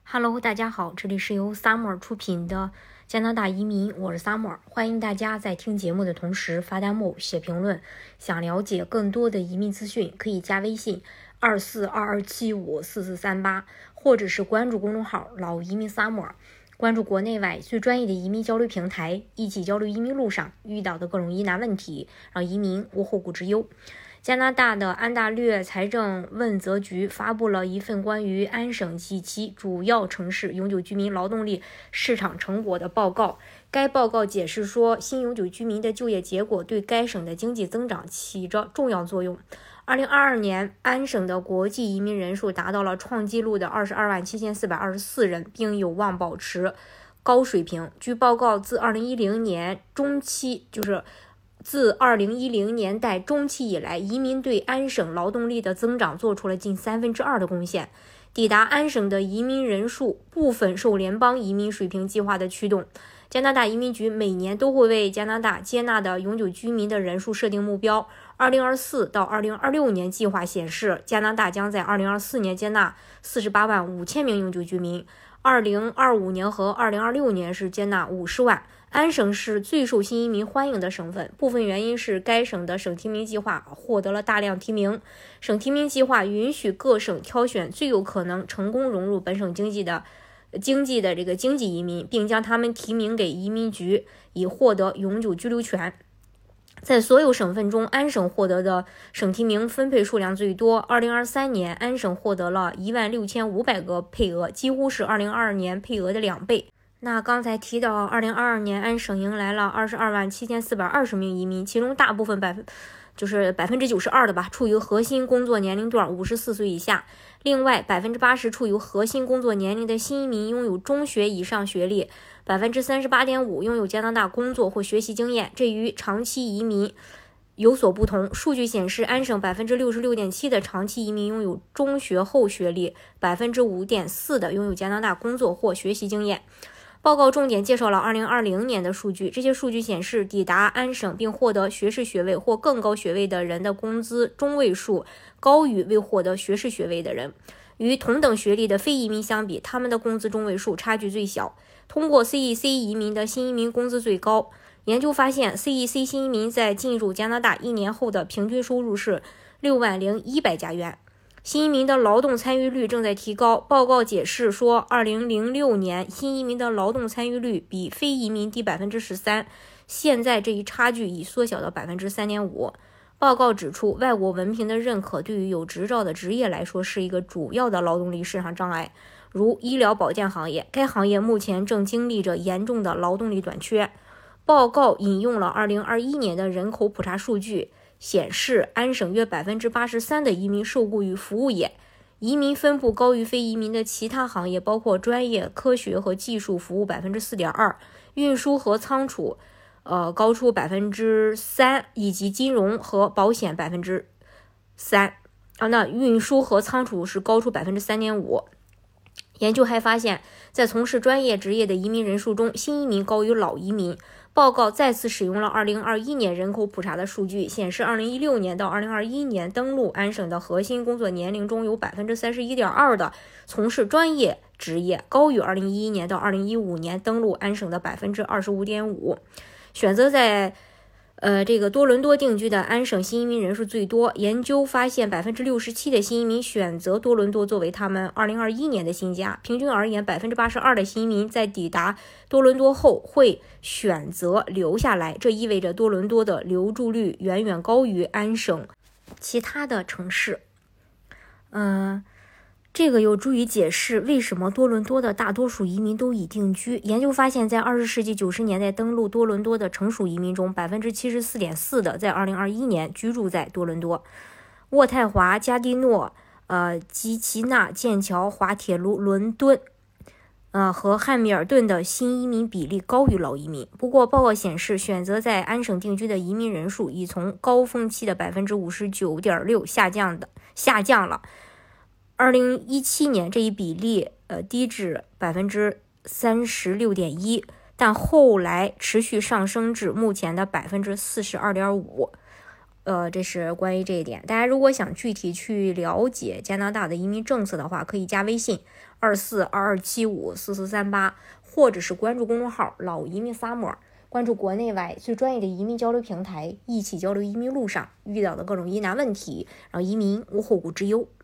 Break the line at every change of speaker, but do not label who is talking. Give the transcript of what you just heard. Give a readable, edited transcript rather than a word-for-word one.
Hello， 大家好，这里是由 Summer 出品的加拿大移民，我是 Summer， 欢迎大家在听节目的同时发弹幕、写评论。想了解更多的移民资讯，可以加微信2422754438，或者是关注公众号老移民 Summer， 关注国内外最专业的移民交流平台，一起交流移民路上遇到的各种疑难问题，让移民无后顾之忧。加拿大的安大略财政问责局发布了一份关于安省及其主要城市永久居民劳动力市场成果的报告。该报告解释说，新永久居民的就业结果对该省的经济增长起着重要作用。2022年，安省的国际移民人数达到了创纪录的227424人，并有望保持高水平。据报告，自2010年代中期以来，移民对安省劳动力的增长做出了近2/3的贡献。抵达安省的移民人数部分受联邦移民水平计划的驱动。加拿大移民局每年都会为加拿大接纳的永久居民的人数设定目标。2024到2026年计划显示，加拿大将在2024年接纳48万5千名永久居民，2025年和2026年是接纳50万。安省是最受新移民欢迎的省份，部分原因是该省的省提名计划获得了大量提名。省提名计划允许各省挑选最有可能成功融入本省经济的经济移民，并将他们提名给移民局，以获得永久居留权。在所有省份中，安省获得的省提名分配数量最多。2023年，安省获得了16500个配额，几乎是2022年配额的2倍。那刚才提到2022年，安省迎来了227420名移民，其中大部分92%的处于核心工作年龄段54岁以下，另外80%处于核心工作年龄的新移民拥有中学以上学历，38.5%拥有加拿大工作或学习经验，这与长期移民有所不同。数据显示，安省66.7%的长期移民拥有中学后学历，5.4%的拥有加拿大工作或学习经验。报告重点介绍了2020年的数据，这些数据显示，抵达安省并获得学士学位或更高学位的人的工资中位数高于未获得学士学位的人。与同等学历的非移民相比，他们的工资中位数差距最小。通过 CEC 移民的新移民工资最高。研究发现， CEC 新移民在进入加拿大1年后的平均收入是60100加元。新移民的劳动参与率正在提高。报告解释说，2006年新移民的劳动参与率比非移民低13%，现在这一差距已缩小到3.5%。报告指出，外国文凭的认可对于有执照的职业来说是一个主要的劳动力市场障碍，如医疗保健行业，该行业目前正经历着严重的劳动力短缺。报告引用了2021年的人口普查数据，显示安省约83%的移民受雇于服务业，移民分布高于非移民的其他行业，包括专业、科学和技术服务4.2%，运输和仓储高出3%，以及金融和保险3%。那运输和仓储是高出3.5%。研究还发现，在从事专业职业的移民人数中，新移民高于老移民。报告再次使用了2021年人口普查的数据，显示2016年到2021年登陆安省的核心工作年龄中有31.2%的从事专业职业，高于2011年到2015年登陆安省的25.5%。选择在这个多伦多定居的安省新移民人数最多。研究发现，67%的新移民选择多伦多作为他们2021年的新家。平均而言，82%的新移民在抵达多伦多后会选择留下来，这意味着多伦多的留住率远远高于安省其他的城市。这个有助于解释为什么多伦多的大多数移民都已定居。研究发现，在20世纪90年代登陆多伦多的成熟移民中，74.4%的在2021年居住在多伦多。渥太华、加蒂诺、吉奇纳、剑桥、滑铁卢、伦敦和汉密尔顿的新移民比例高于老移民。不过，报告显示，选择在安省定居的移民人数已从高峰期的59.6%下降了。2017年这一比例低至36.1%，但后来持续上升至目前的42.5%。这是关于这一点。大家如果想具体去了解加拿大的移民政策的话，可以加微信 2422754438，或者是关注公众号老移民萨摩，关注国内外最专业的移民交流平台，一起交流移民路上遇到的各种疑难问题，让移民无后顾之忧。